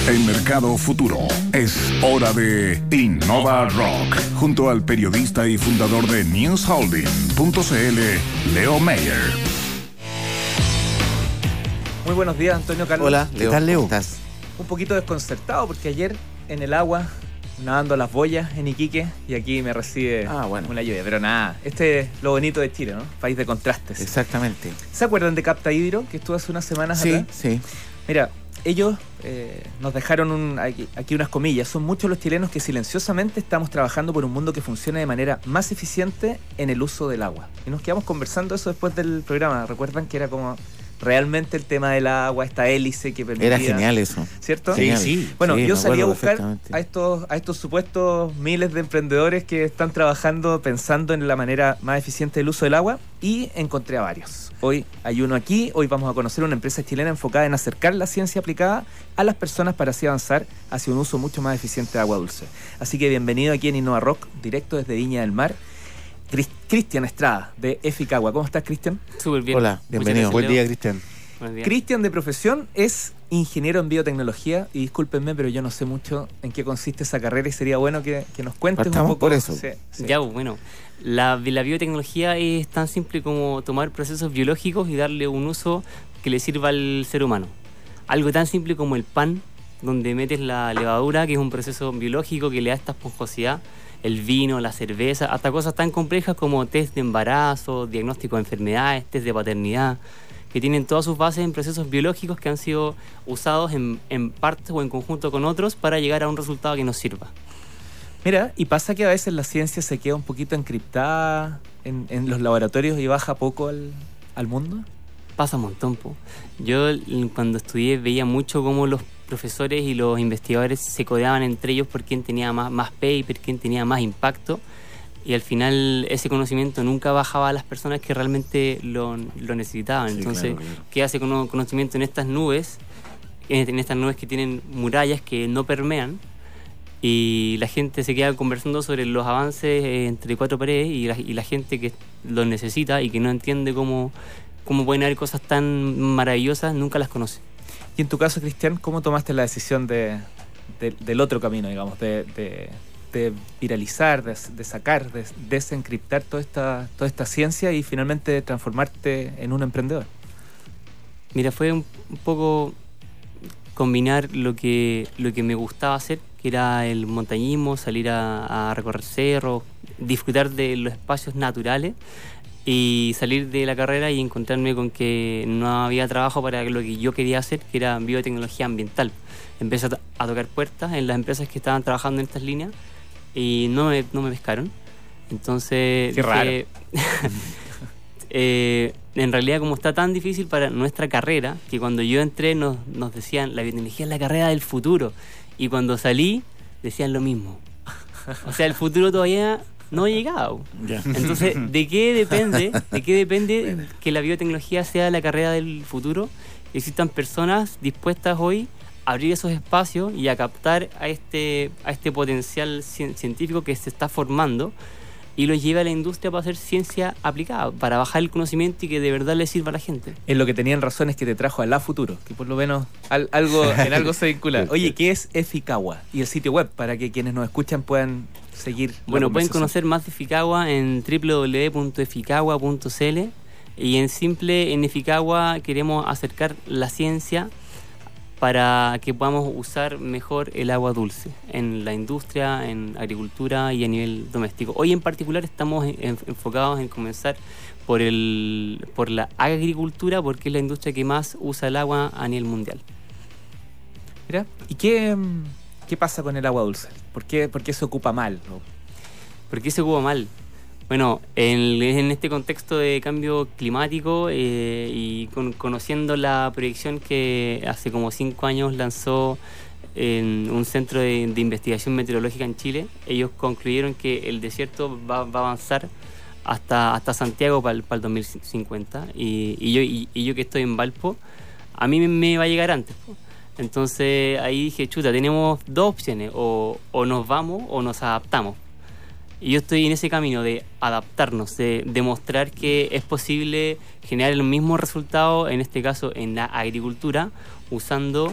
en Mercado Futuro. Es hora de Innova Rock, junto al periodista y fundador de newsholding.cl, Leo Meyer. Muy buenos días, Antonio Carlos. Hola, Leo. ¿Qué tal, Leo? ¿Cómo estás? Un poquito desconcertado porque ayer en el agua, nadando a las boyas en Iquique, y aquí me recibe una lluvia. Pero nada, este es lo bonito de Chile, ¿no? País de contrastes. Exactamente. ¿Se acuerdan de Capta Hidro, que estuvo hace unas semanas atrás? Sí. Mira, ellos nos dejaron aquí unas comillas. Son muchos los chilenos que silenciosamente estamos trabajando por un mundo que funcione de manera más eficiente en el uso del agua. Y nos quedamos conversando eso después del programa. ¿Recuerdan que era como realmente el tema del agua, esta hélice que permitía? Era genial eso. ¿Cierto? Sí. Bueno, sí, yo salí a buscar a estos estos supuestos miles de emprendedores que están trabajando pensando en la manera más eficiente del uso del agua y encontré a varios. Hoy hay uno aquí, hoy vamos a conocer una empresa chilena enfocada en acercar la ciencia aplicada a las personas para así avanzar hacia un uso mucho más eficiente de agua dulce. Así que bienvenido aquí en Innova Rock, directo desde Viña del Mar, Cristian Estrada, de Eficagua. ¿Cómo estás, Cristian? Súper bien. Hola, bienvenido. Buen día, Cristian. Cristian, de profesión, es ingeniero en biotecnología, y discúlpenme, pero yo no sé mucho en qué consiste esa carrera y sería bueno que nos cuentes Partamos un poco. por eso. Sí. Ya, bueno, la biotecnología es tan simple como tomar procesos biológicos y darle un uso que le sirva al ser humano. Algo tan simple como el pan, donde metes la levadura, que es un proceso biológico que le da esta esponjosidad, el vino, la cerveza, hasta cosas tan complejas como test de embarazo, diagnóstico de enfermedades, test de paternidad, que tienen todas sus bases en procesos biológicos que han sido usados en partes o en conjunto con otros para llegar a un resultado que nos sirva. Mira, y pasa que a veces la ciencia se queda un poquito encriptada en los laboratorios y baja poco al mundo. Pasa un montón, po. Yo cuando estudié veía mucho cómo los profesores y los investigadores se codeaban entre ellos por quién tenía más paper, quién tenía más impacto, y al final ese conocimiento nunca bajaba a las personas que realmente lo necesitaban. Sí, entonces, claro. ¿Qué hace con conocimiento en estas nubes? En estas nubes que tienen murallas que no permean, y la gente se queda conversando sobre los avances entre cuatro paredes, y la gente que lo necesita y que no entiende cómo pueden haber cosas tan maravillosas, nunca las conoce. Y en tu caso, Cristian, ¿cómo tomaste la decisión del otro camino, digamos, de viralizar, de sacar, de desencriptar toda esta ciencia y finalmente transformarte en un emprendedor? Mira, fue un poco combinar lo que me gustaba hacer, que era el montañismo, salir a recorrer cerros, disfrutar de los espacios naturales, y salir de la carrera y encontrarme con que no había trabajo para lo que yo quería hacer, que era biotecnología ambiental. Empecé a tocar puertas en las empresas que estaban trabajando en estas líneas y no me pescaron. Entonces qué raro. En realidad, como está tan difícil para nuestra carrera, que cuando yo entré nos decían la biotecnología es la carrera del futuro, y cuando salí decían lo mismo. O sea, el futuro todavía no ha llegado. Yeah. Entonces, ¿de qué depende que la biotecnología sea la carrera del futuro? Existan personas dispuestas hoy a abrir esos espacios y a captar a este potencial científico que se está formando y lo lleve a la industria para hacer ciencia aplicada, para bajar el conocimiento y que de verdad le sirva a la gente. En lo que tenían razón es que te trajo a La Futuro, que por lo menos en algo se vincula. Oye, ¿qué es Eficagua? Y el sitio web, para que quienes nos escuchan puedan seguir. Bueno, pueden conocer más de Eficagua en www.eficagua.cl, y en Eficagua queremos acercar la ciencia para que podamos usar mejor el agua dulce en la industria, en agricultura y a nivel doméstico. Hoy en particular estamos enfocados en comenzar por la agricultura, porque es la industria que más usa el agua a nivel mundial. Mira, ¿y qué pasa con el agua dulce? ¿Por qué se ocupa mal? ¿Por qué se ocupa mal? Bueno, en este contexto de cambio climático y conociendo la proyección que hace como 5 años lanzó en un centro de investigación meteorológica en Chile, ellos concluyeron que el desierto va a avanzar hasta Santiago para el 2050, y yo que estoy en Valpo, a mí me va a llegar antes, po. Entonces ahí dije, chuta, tenemos dos opciones, o nos vamos o nos adaptamos. Y yo estoy en ese camino de adaptarnos, de demostrar que es posible generar el mismo resultado, en este caso en la agricultura, usando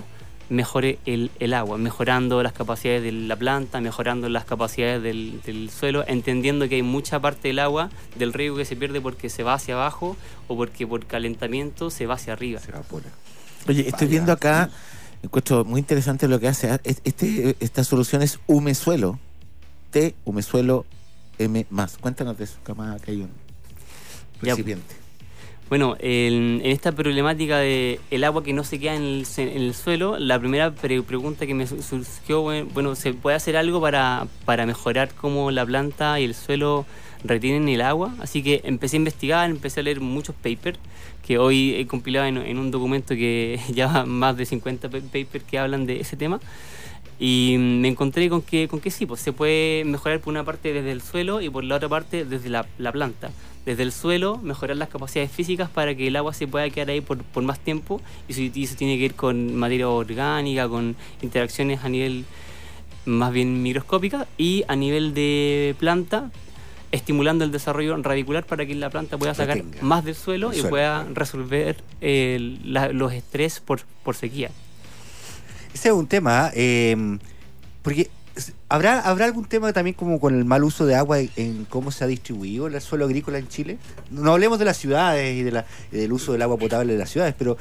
mejore el agua, mejorando las capacidades de la planta, mejorando las capacidades del suelo, entendiendo que hay mucha parte del agua, del riego, que se pierde porque se va hacia abajo o porque por calentamiento se va hacia arriba. Se evapora. Oye, estoy viendo acá, encuentro muy interesante lo que hace. Esta solución es Humesuelo, Humesuelo M+. Cuéntanos de eso, que hay un recipiente. Bueno, en esta problemática de el agua que no se queda en el suelo, la primera pregunta que me surgió, bueno, ¿se puede hacer algo para mejorar cómo la planta y el suelo retienen el agua? Así que empecé a investigar, empecé a leer muchos papers, que hoy he compilado en un documento que lleva más de 50 papers que hablan de ese tema. Y me encontré con que sí, pues se puede mejorar por una parte desde el suelo y por la otra parte desde la planta. Desde el suelo, mejorar las capacidades físicas para que el agua se pueda quedar ahí por más tiempo, y eso tiene que ir con materia orgánica, con interacciones a nivel más bien microscópica, y a nivel de planta, estimulando el desarrollo radicular para que la planta pueda sacar más del suelo y pueda resolver los estrés por sequía. Ese es un tema, porque ¿habrá algún tema también como con el mal uso de agua en cómo se ha distribuido el suelo agrícola en Chile? No hablemos de las ciudades y del uso del agua potable de las ciudades, pero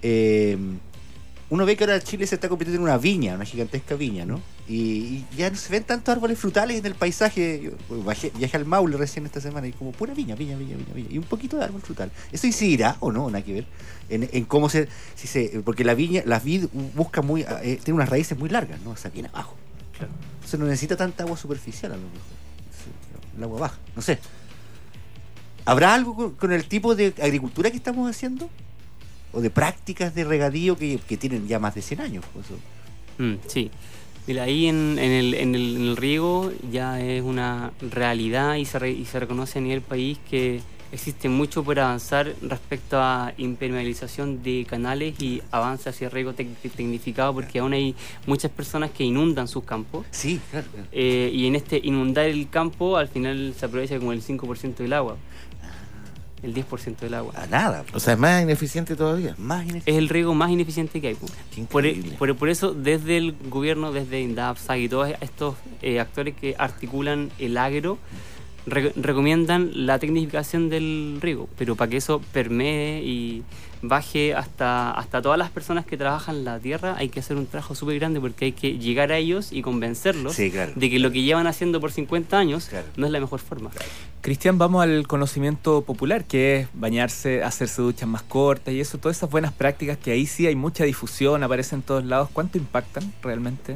uno ve que ahora Chile se está convirtiendo en una viña, una gigantesca viña, ¿no? Y ya no se ven tantos árboles frutales en el paisaje. Yo viajé al Maule recién esta semana y como pura viña. Y un poquito de árbol frutal. ¿Eso incidirá o no? Nada que ver. En cómo porque la vid busca tiene unas raíces muy largas, ¿no? O sea, bien abajo. Claro. Entonces no necesita tanta agua superficial a lo mejor. El agua baja. No sé. ¿Habrá algo con el tipo de agricultura que estamos haciendo? ¿O de prácticas de regadío que tienen ya más de 100 años? Sí. Mira, ahí en el riego ya es una realidad y se reconoce a nivel país que existe mucho por avanzar respecto a impermeabilización de canales y avance hacia riego tecnificado, porque aún hay muchas personas que inundan sus campos. Sí, claro. Y en este inundar el campo, al final se aprovecha como el 5% del agua. El 10% del agua. A nada. O sea, es más ineficiente todavía. Es el riego más ineficiente que hay. Por eso, desde el gobierno, desde INDAP, SAG y todos estos actores que articulan el agro, recomiendan la tecnificación del riego, pero para que eso permee y baje hasta todas las personas que trabajan la tierra, hay que hacer un trabajo súper grande, porque hay que llegar a ellos y convencerlos de que lo que llevan haciendo por 50 años no es la mejor forma. Cristian, vamos al conocimiento popular, que es bañarse, hacerse duchas más cortas y eso, todas esas buenas prácticas que ahí sí hay mucha difusión, aparecen en todos lados. ¿Cuánto impactan realmente?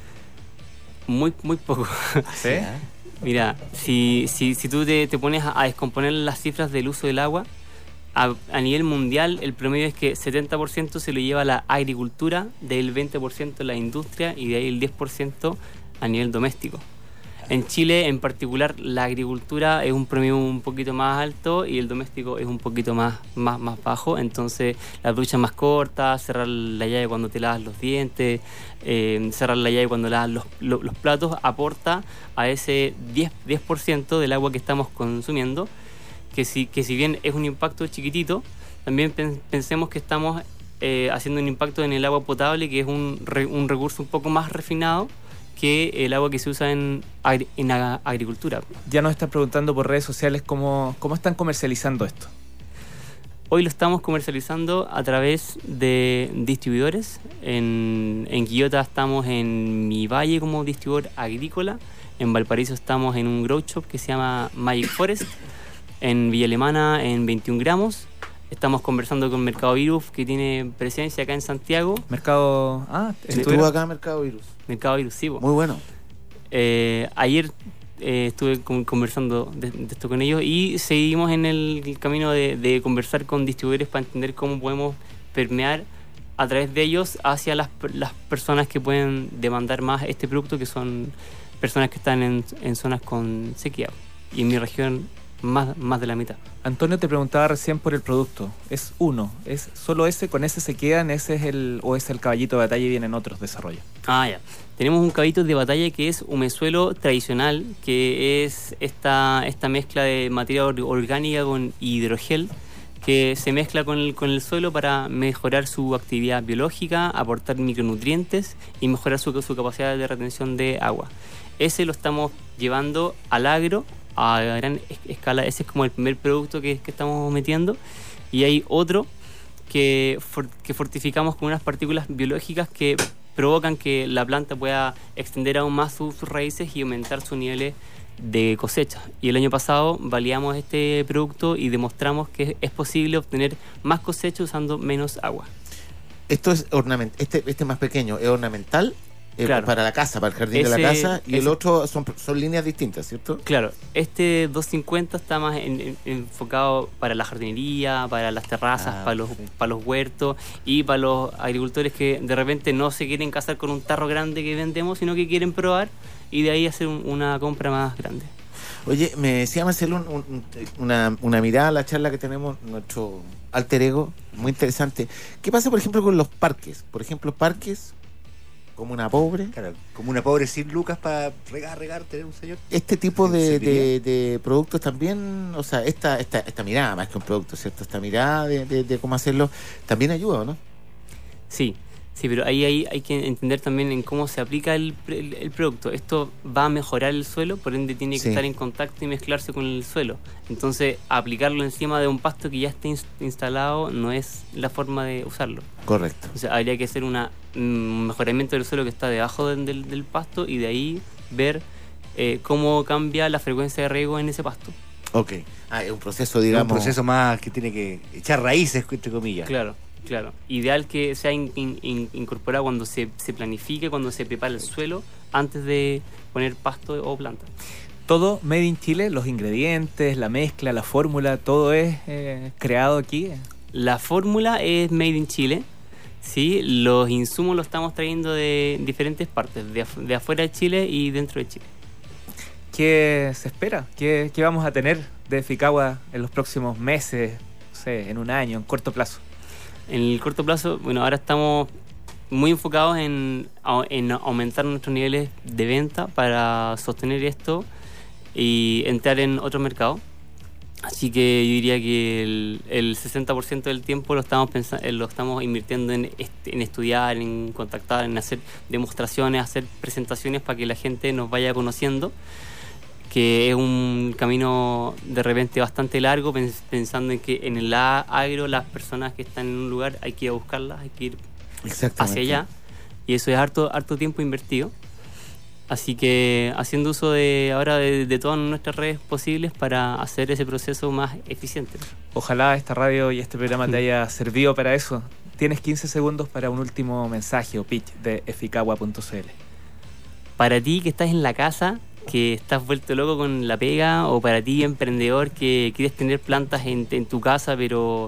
Muy poco. ¿Sí? Mira, si tú te pones a descomponer las cifras del uso del agua, a nivel mundial el promedio es que 70% se lo lleva a la agricultura, del 20% a la industria y de ahí el 10% a nivel doméstico. En Chile en particular la agricultura es un promedio un poquito más alto y el doméstico es un poquito más bajo, entonces las duchas más cortas, cerrar la llave cuando te lavas los dientes, cerrar la llave cuando lavas los platos, aporta a ese 10% del agua que estamos consumiendo, que si bien es un impacto chiquitito, también pensemos que estamos haciendo un impacto en el agua potable, que es un recurso un poco más refinado que el agua que se usa en agricultura. Ya nos están preguntando por redes sociales cómo están comercializando esto. Hoy lo estamos comercializando a través de distribuidores. En Quillota estamos en Mi Valle como distribuidor agrícola. En Valparaíso estamos en un grow shop que se llama Magic Forest. En Villa Alemana en 21 gramos. Estamos conversando con Mercado Virus, que tiene presencia acá en Santiago. Estuvo acá Mercado Virus. Mercado Virus, sí. Muy bueno. Ayer estuve conversando de esto con ellos y seguimos en el camino de conversar con distribuidores para entender cómo podemos permear a través de ellos hacia las personas que pueden demandar más este producto, que son personas que están en zonas con sequía. Y en mi región más de la mitad. Antonio te preguntaba recién por el producto. ¿Es solo ese? ¿Con ese se quedan? ¿O es el caballito de batalla y vienen otros desarrollos? Ya. Tenemos un caballito de batalla que es Humesuelo tradicional, que es esta mezcla de materia orgánica con hidrogel, que se mezcla con el suelo para mejorar su actividad biológica, aportar micronutrientes y mejorar su capacidad de retención de agua. Ese lo estamos llevando al agro a gran escala. Ese es como el primer producto que estamos metiendo. Y hay otro que fortificamos con unas partículas biológicas que provocan que la planta pueda extender aún más sus raíces y aumentar sus niveles de cosecha. Y el año pasado validamos este producto y demostramos que es posible obtener más cosecha usando menos agua. Esto es ornamental. Este más pequeño es ornamental. Claro. Para la casa, para el jardín de la casa, y el otro son líneas distintas, ¿cierto? Claro, este 250 está más enfocado para la jardinería, para las terrazas, para los huertos y para los agricultores que de repente no se quieren casar con un tarro grande que vendemos, sino que quieren probar y de ahí hacer una compra más grande. Oye, me decía Marcelo una mirada a la charla que tenemos, nuestro alter ego, muy interesante. ¿Qué pasa, por ejemplo, con los parques? Por ejemplo, parques... Como una pobre. Claro, como una pobre sin lucas para regar, tener un señor. Este tipo de productos también, o sea, esta mirada, más que un producto, ¿cierto? Esta mirada de cómo hacerlo, también ayuda, ¿no? Sí, pero ahí hay que entender también en cómo se aplica el producto. Esto va a mejorar el suelo, por ende tiene que estar en contacto y mezclarse con el suelo. Entonces, aplicarlo encima de un pasto que ya esté instalado no es la forma de usarlo. Correcto. O sea, habría que hacer un mejoramiento del suelo que está debajo del pasto y de ahí ver cómo cambia la frecuencia de riego en ese pasto. Ok. Es un proceso, digamos... Un proceso más que tiene que echar raíces, entre comillas. Claro. Ideal que sea incorporado cuando se planifique, cuando se prepara el suelo, antes de poner pasto o planta. Todo made in Chile, los ingredientes, la mezcla, la fórmula, todo es creado aquí. La fórmula es made in Chile. Sí, los insumos los estamos trayendo de diferentes partes, de afuera de Chile y dentro de Chile. ¿Qué se espera? ¿Qué vamos a tener de Ficagua en los próximos meses, no sé, en un año, en corto plazo? En el corto plazo, bueno, ahora estamos muy enfocados en aumentar nuestros niveles de venta para sostener esto y entrar en otro mercado. Así que yo diría que el 60% del tiempo lo estamos invirtiendo en estudiar, en contactar, en hacer demostraciones, hacer presentaciones para que la gente nos vaya conociendo, que es un camino de repente bastante largo, pensando en que en el agro las personas que están en un lugar hay que ir a buscarlas, hay que ir hacia allá, y eso es harto tiempo invertido. Así que haciendo uso de todas nuestras redes posibles para hacer ese proceso más eficiente. Ojalá esta radio y este programa te haya servido para eso. Tienes 15 segundos para un último mensaje o pitch de eficagua.cl. Para ti que estás en la casa, que estás vuelto loco con la pega, o para ti emprendedor que quieres tener plantas en tu casa, pero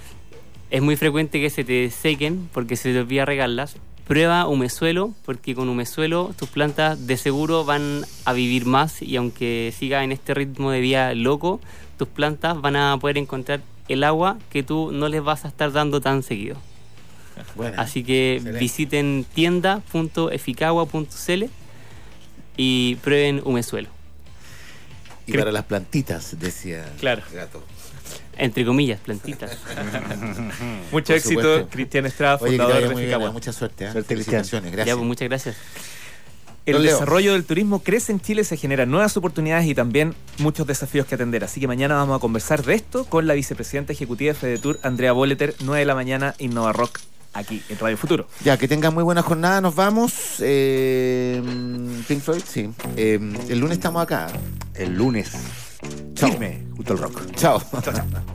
es muy frecuente que se te sequen porque se te olvida regarlas. Prueba Humesuelo, porque con Humesuelo tus plantas de seguro van a vivir más, y aunque sigas en este ritmo de vida loco, tus plantas van a poder encontrar el agua que tú no les vas a estar dando tan seguido. Bueno, así que excelente. Visiten tienda.eficagua.cl y prueben Humesuelo. Y para las plantitas, decía claro. Gato. Entre comillas, plantitas. Mucho Por éxito, supuesto. Cristian Estrada, fundador de Ficagua. Mucha suerte. Felicitaciones, gracias. Ya, pues, muchas gracias. El desarrollo del turismo crece en Chile, se generan nuevas oportunidades y también muchos desafíos que atender. Así que mañana vamos a conversar de esto con la vicepresidenta ejecutiva de FEDETUR, Andrea Boleter, 9 de la mañana, Innova Rock, aquí en Radio Futuro. Ya, que tengan muy buena jornada, nos vamos. Pink Floyd, sí. El lunes estamos acá. El lunes. Chao. Firme, junto al rock. Chao. Chao.